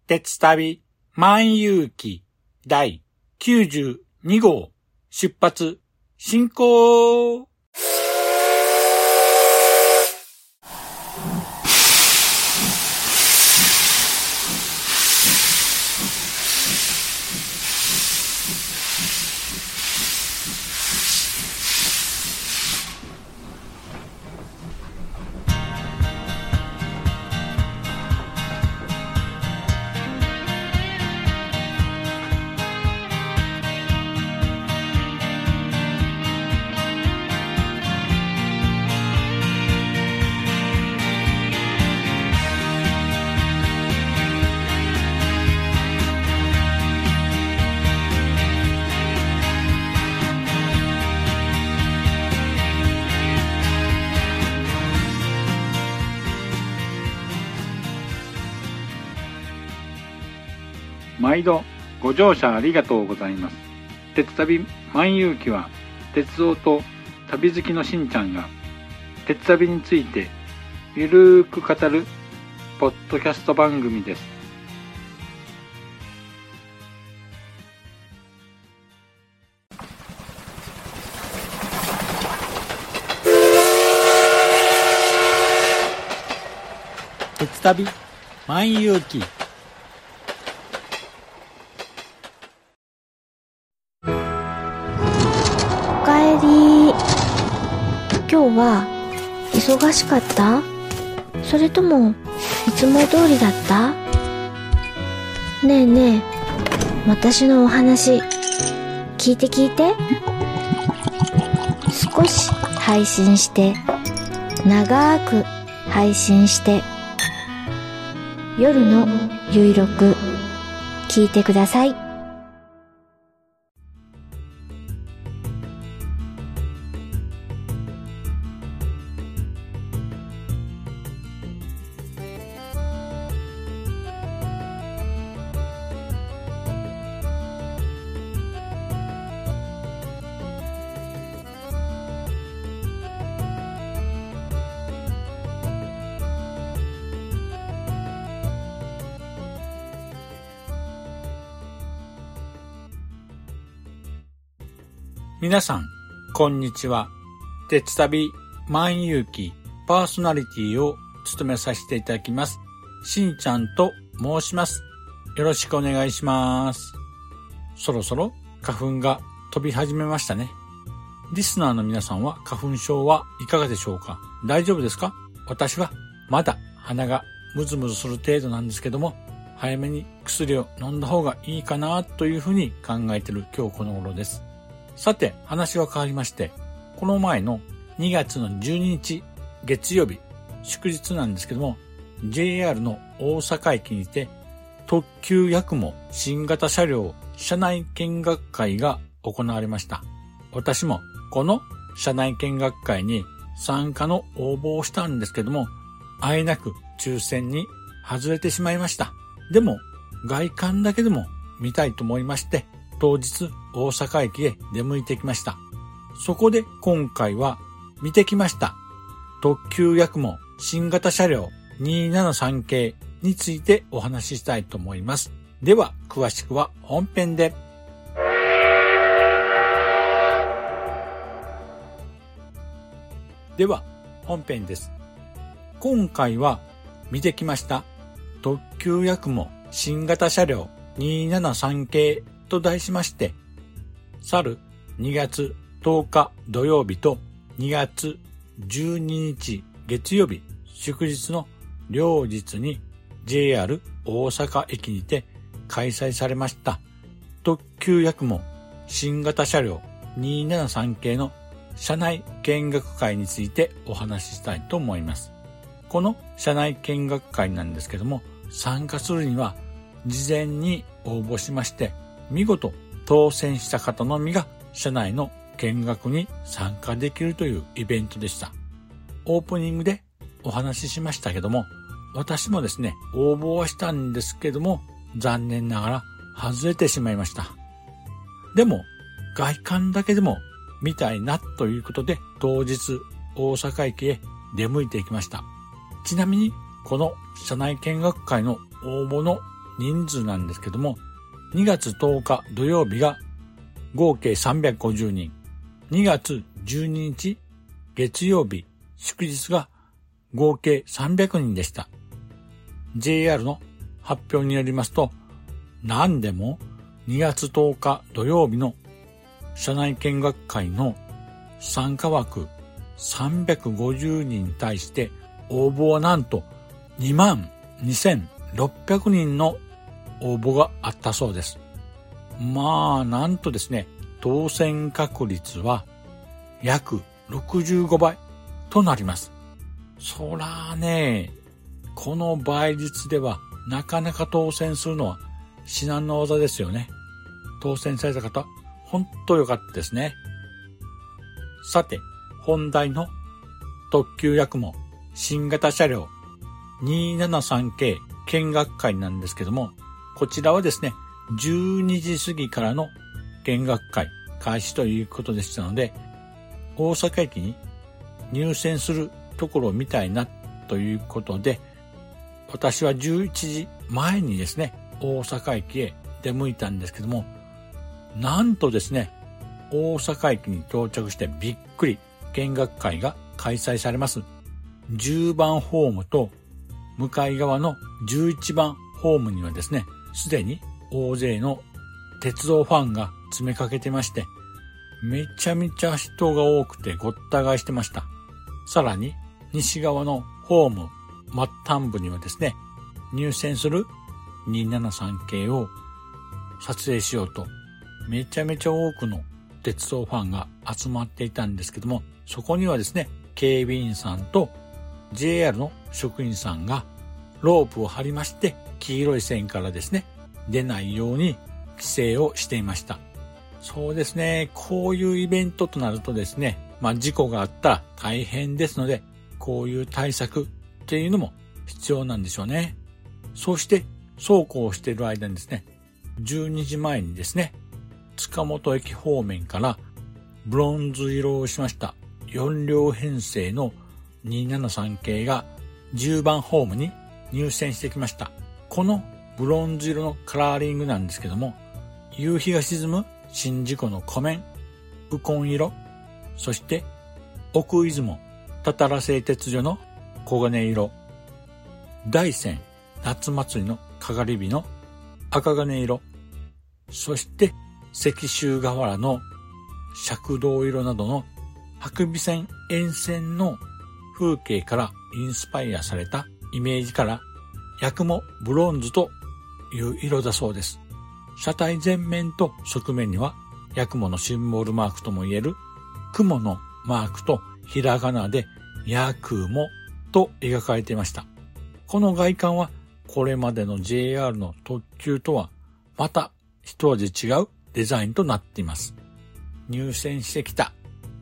鉄旅万有記第92号出発進行。 毎度ご乗車ありがとうございます。鉄旅万有記は鉄道と旅好きのしんちゃんが鉄旅についてゆるーく語るポッドキャスト番組です。 鉄旅万有記。 今日は忙しかった？それともいつも通りだった？ねえねえ、私のお話聞いて。少し配信して長く配信して夜のゆいろく聞いてください。 皆さん、こんにちは。鉄旅万有記パーソナリティを務めさせていただきます。しんちゃんと申します。よろしくお願いします。そろそろ花粉が飛び始めましたね。リスナーの皆さんは花粉症はいかがでしょうか？大丈夫ですか？私はまだ鼻がムズムズする程度なんですけども、早めに薬を飲んだ方がいいかなというふうに考えている今日この頃です。さて、話は変わりまして、この前の2月の12日月曜日、祝日なんですけども、JR の大阪駅にて特急やくも新型車両車内見学会が行われました。私もこの車内見学会に参加の応募をしたんですけども、あえなく抽選に外れてしまいました。でも外観だけでも見たいと思いまして、当日大阪駅へ出向いてきました。そこで今回は見てきました特急やくも新型車両273系についてお話ししたいと思います。では詳しくは本編で。では本編です。今回は見てきました特急やくも新型車両273系と題しまして、去る2月10日土曜日と2月12日月曜日祝日の両日に JR 大阪駅にて開催されました特急やくも新型車両273系の車内見学会についてお話ししたいと思います。この車内見学会なんですけども、参加するには事前に応募しまして、見事当選した方のみが車内の見学に参加できるというイベントでした。オープニングでお話ししましたけども、私もですね、応募はしたんですけども、残念ながら外れてしまいました。でも、外観だけでも見たいなということで、当日大阪駅へ出向いていきました。ちなみに、この車内見学会の応募の人数なんですけども、2月10日土曜日が合計350人、2月12日月曜日祝日が合計300人でした。JR の発表によりますと、何でも2月10日土曜日の社内見学会の参加枠350人に対して応募はなんと22,600人の応募があったそうです。なんとですね、当選確率は約65倍となります。そらね、この倍率ではなかなか当選するのは至難の業ですよね。当選された方、本当良かったですね。さて、本題の特急やくも新型車両273系見学会なんですけども、こちらはですね、12時過ぎからの見学会開始ということでしたので、大阪駅に入線するところを見たいなということで、私は11時前にですね、大阪駅へ出向いたんですけども、なんとですね、大阪駅に到着してびっくり、見学会が開催されます。10番ホームと向かい側の11番ホームにはですね、すでに大勢の鉄道ファンが詰めかけてまして、めちゃめちゃ人が多くてごった返してました。さらに西側のホーム末端部にはですね、入線する273系を撮影しようとめちゃめちゃ多くの鉄道ファンが集まっていたんですけども、そこにはですね、警備員さんと JR の職員さんがロープを張りまして、黄色い線からですね、出ないように規制をしていました。そうですね、こういうイベントとなるとですね、事故があったら大変ですので、こういう対策っていうのも必要なんでしょうね。そしてそうこうしている間にですね、12時前にですね、塚本駅方面からブロンズ色をしました4両編成の273系が10番ホームに入線してきました。このブロンズ色のカラーリングなんですけども、夕日が沈む宍道湖の湖面、ウコン色、そして奥出雲たたら製鉄所の黄金色、大山夏祭りのかがり火の赤金色、そして石州河原の赤銅色などの白尾線沿線の風景からインスパイアされたイメージから、やくもブロンズという色だそうです。車体前面と側面にはやくものシンボルマークともいえる雲のマークとひらがなでやくもと描かれていました。この外観はこれまでの JR の特急とはまた一味違うデザインとなっています。入線してきた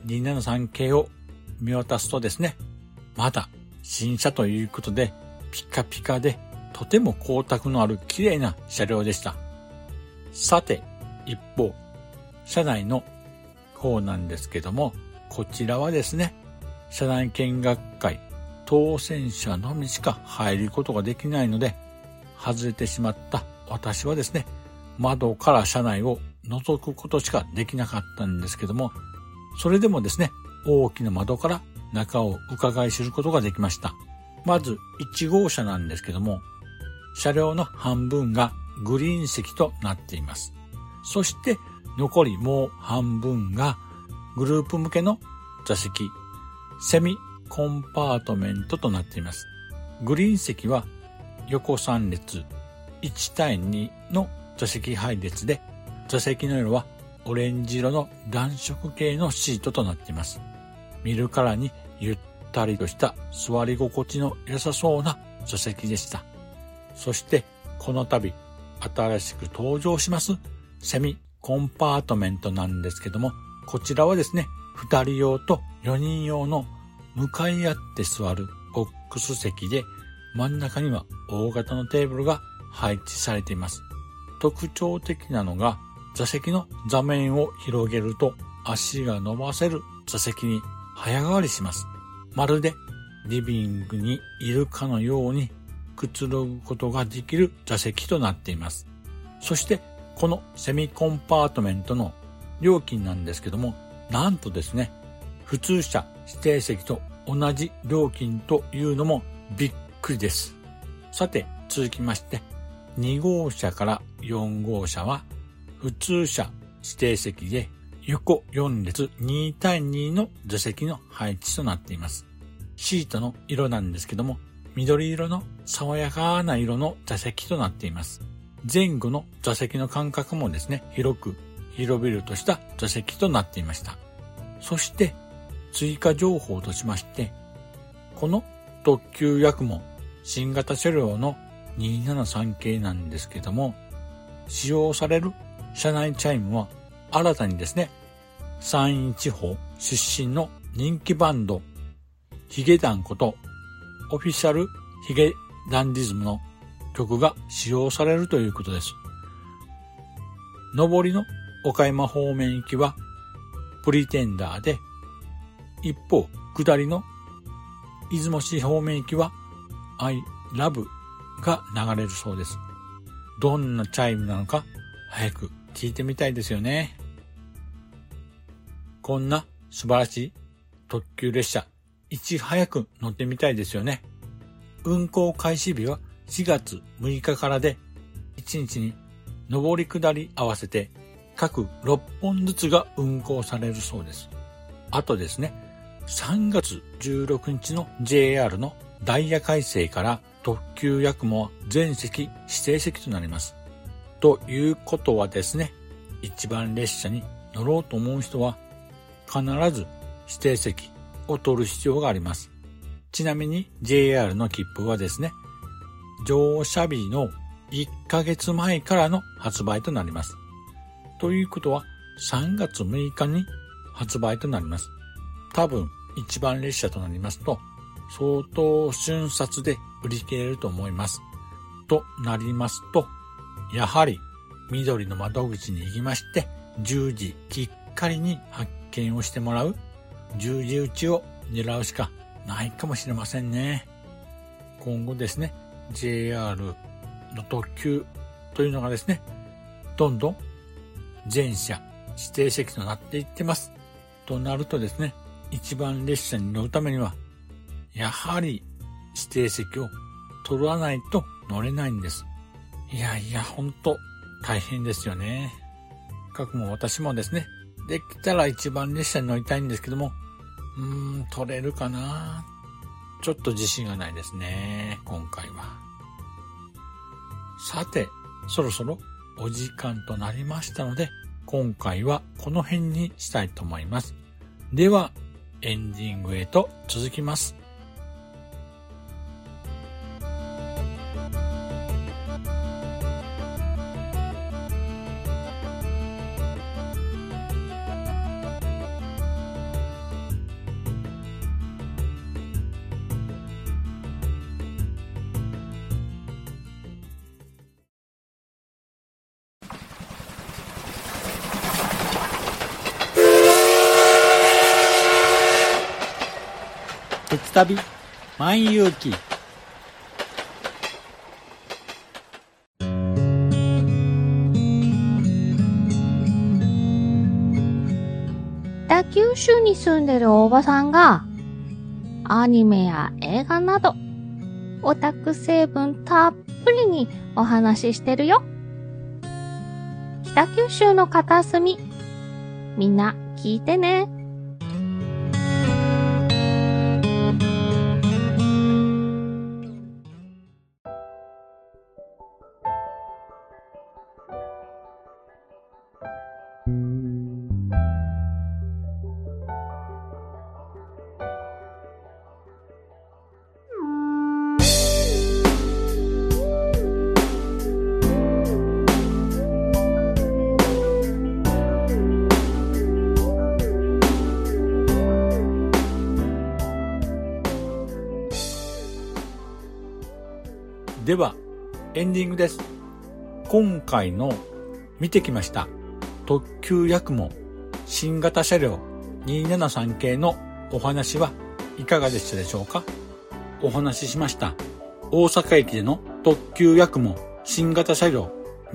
273系を見渡すとですね、まだ新車ということでピカピカでとても光沢のある綺麗な車両でした。さて、一方、車内の方なんですけども、こちらはですね、車内見学会、当選者のみしか入ることができないので、外れてしまった私はですね、窓から車内を覗くことしかできなかったんですけども、それでもですね、大きな窓から中を伺い知ることができました。まず1号車なんですけども、車両の半分がグリーン席となっています。そして残りもう半分がグループ向けの座席、セミコンパートメントとなっています。グリーン席は横3列1対2の座席配列で、座席の色はオレンジ色の暖色系のシートとなっています。見るからにゆったりとした座り心地の良さそうな座席でした。そしてこの度新しく登場しますセミコンパートメントなんですけども、こちらはですね、2人用と4人用の向かい合って座るボックス席で、真ん中には大型のテーブルが配置されています。特徴的なのが、座席の座面を広げると足が伸ばせる座席に早変わりします。まるでリビングにいるかのようにくつろぐことができる座席となっています。そしてこのセミコンパートメントの料金なんですけども、なんとですね、普通車指定席と同じ料金というのもびっくりです。さて続きまして、2号車から4号車は普通車指定席で横4列2対2の座席の配置となっています。シートの色なんですけども、緑色の爽やかな色の座席となっています。前後の座席の間隔もですね、広く広々とした座席となっていました。そして追加情報としまして、この特急やくも新型車両の273系なんですけども、使用される車内チャイムは新たにですね、山陰地方出身の人気バンドヒゲダンことオフィシャルヒゲダンディズムの曲が使用されるということです。上りの岡山方面行きはプリテンダーで、一方下りの出雲市方面行きは I Love が流れるそうです。どんなチャイムなのか早く聞いてみたいですよね。こんな素晴らしい特急列車、いち早く乗ってみたいですよね。運行開始日は4月6日からで、1日に上り下り合わせて各6本ずつが運行されるそうです。あとですね、3月16日の JR のダイヤ改正から特急やくもは全席指定席となります。ということはですね、一番列車に乗ろうと思う人は必ず指定席を取る必要があります。ちなみに JR の切符はですね、乗車日の1ヶ月前からの発売となります。ということは3月6日に発売となります。多分一番列車となりますと相当瞬殺で売り切れると思います。となりますと、やはり緑の窓口に行きまして10時きっかりに発見をしてもらう、10時打ちを狙うしかないかもしれませんね。今後ですね、JR の特急というのがですね、どんどん全車指定席となっていってます。となるとですね、一番列車に乗るためにはやはり指定席を取らないと乗れないんです。いやいや、ほんと大変ですよね。かくも私もですね、できたら一番列車に乗りたいんですけども、取れるかな、ちょっと自信がないですね、今回は。さて、そろそろお時間となりましたので、今回はこの辺にしたいと思います。ではエンディングへと続きます。鉄旅万有記。 北九州に住んでるおばさんがアニメや映画などオタク成分たっぷりにお話ししてるよ。北九州の片隅、みんな聞いてね。 ではエンディングです。今回の見てきました特急やくも新型車両273系のお話はいかがでしたでしょうか。お話ししました大阪駅での特急やくも新型車両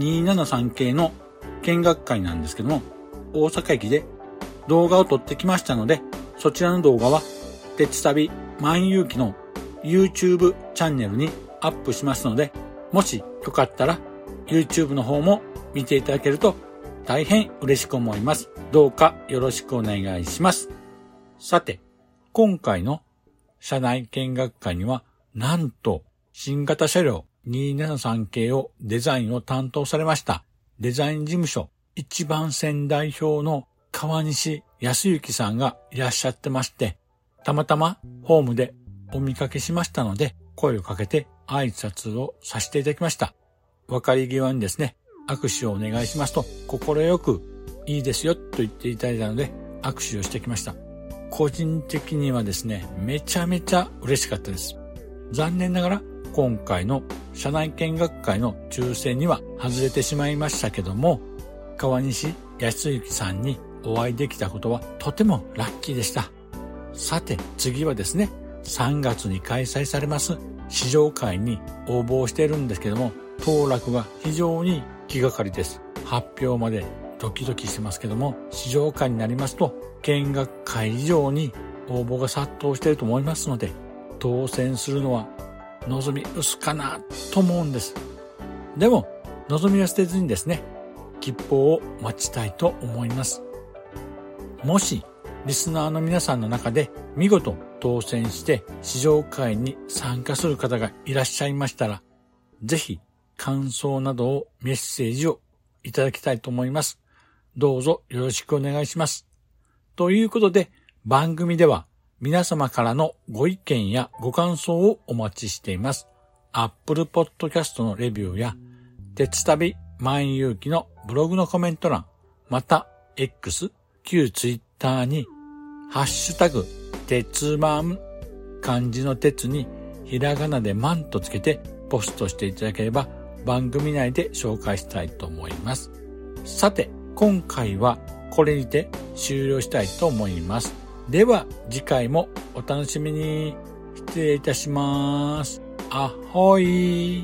273系の見学会なんですけども、大阪駅で動画を撮ってきましたので、そちらの動画は鉄旅万有記の YouTube チャンネルにアップしますので、もしよかったら YouTube の方も見ていただけると大変嬉しく思います。どうかよろしくお願いします。さて、今回の車内見学会には、なんと新型車両273系をデザインを担当されましたデザイン事務所一番線代表の川西康之さんがいらっしゃってまして、たまたまホームでお見かけしましたので、声をかけて挨拶をさせていただきました。別れ際にですね、握手をお願いしますと、快くいいですよと言っていただいたので、握手をしてきました。個人的にはですね、めちゃめちゃ嬉しかったです。残念ながら今回の車内見学会の抽選には外れてしまいましたけども、川西康之さんにお会いできたことはとてもラッキーでした。さて次はですね、3月に開催されます試乗会に応募しているんですけども、当落が非常に気がかりです。発表までドキドキしてますけども、試乗会になりますと見学会以上に応募が殺到していると思いますので、当選するのは望み薄かなと思うんです。でも望みは捨てずにですね、吉報を待ちたいと思います。もしリスナーの皆さんの中で見事当選して試乗会に参加する方がいらっしゃいましたら、ぜひ感想などをメッセージをいただきたいと思います。どうぞよろしくお願いします。ということで、番組では皆様からのご意見やご感想をお待ちしています。Apple Podcast のレビューや鉄旅万有記のブログのコメント欄、また X、旧 Twitter にハッシュタグ鉄マン、漢字の鉄にひらがなでマンとつけてポストしていただければ番組内で紹介したいと思います。さて、今回はこれにて終了したいと思います。では次回もお楽しみに。失礼いたします。アホイ。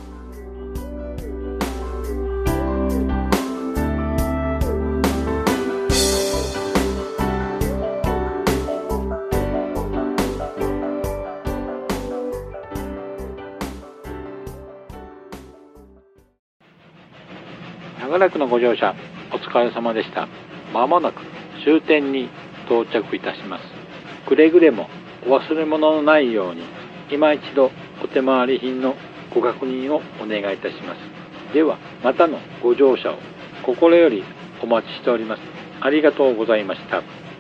長らくのご乗車お疲れ様でした。まもなく終点に到着いたします。くれぐれもお忘れ物のないように、今一度お手回り品のご確認をお願いいたします。ではまたのご乗車を心よりお待ちしております。ありがとうございました。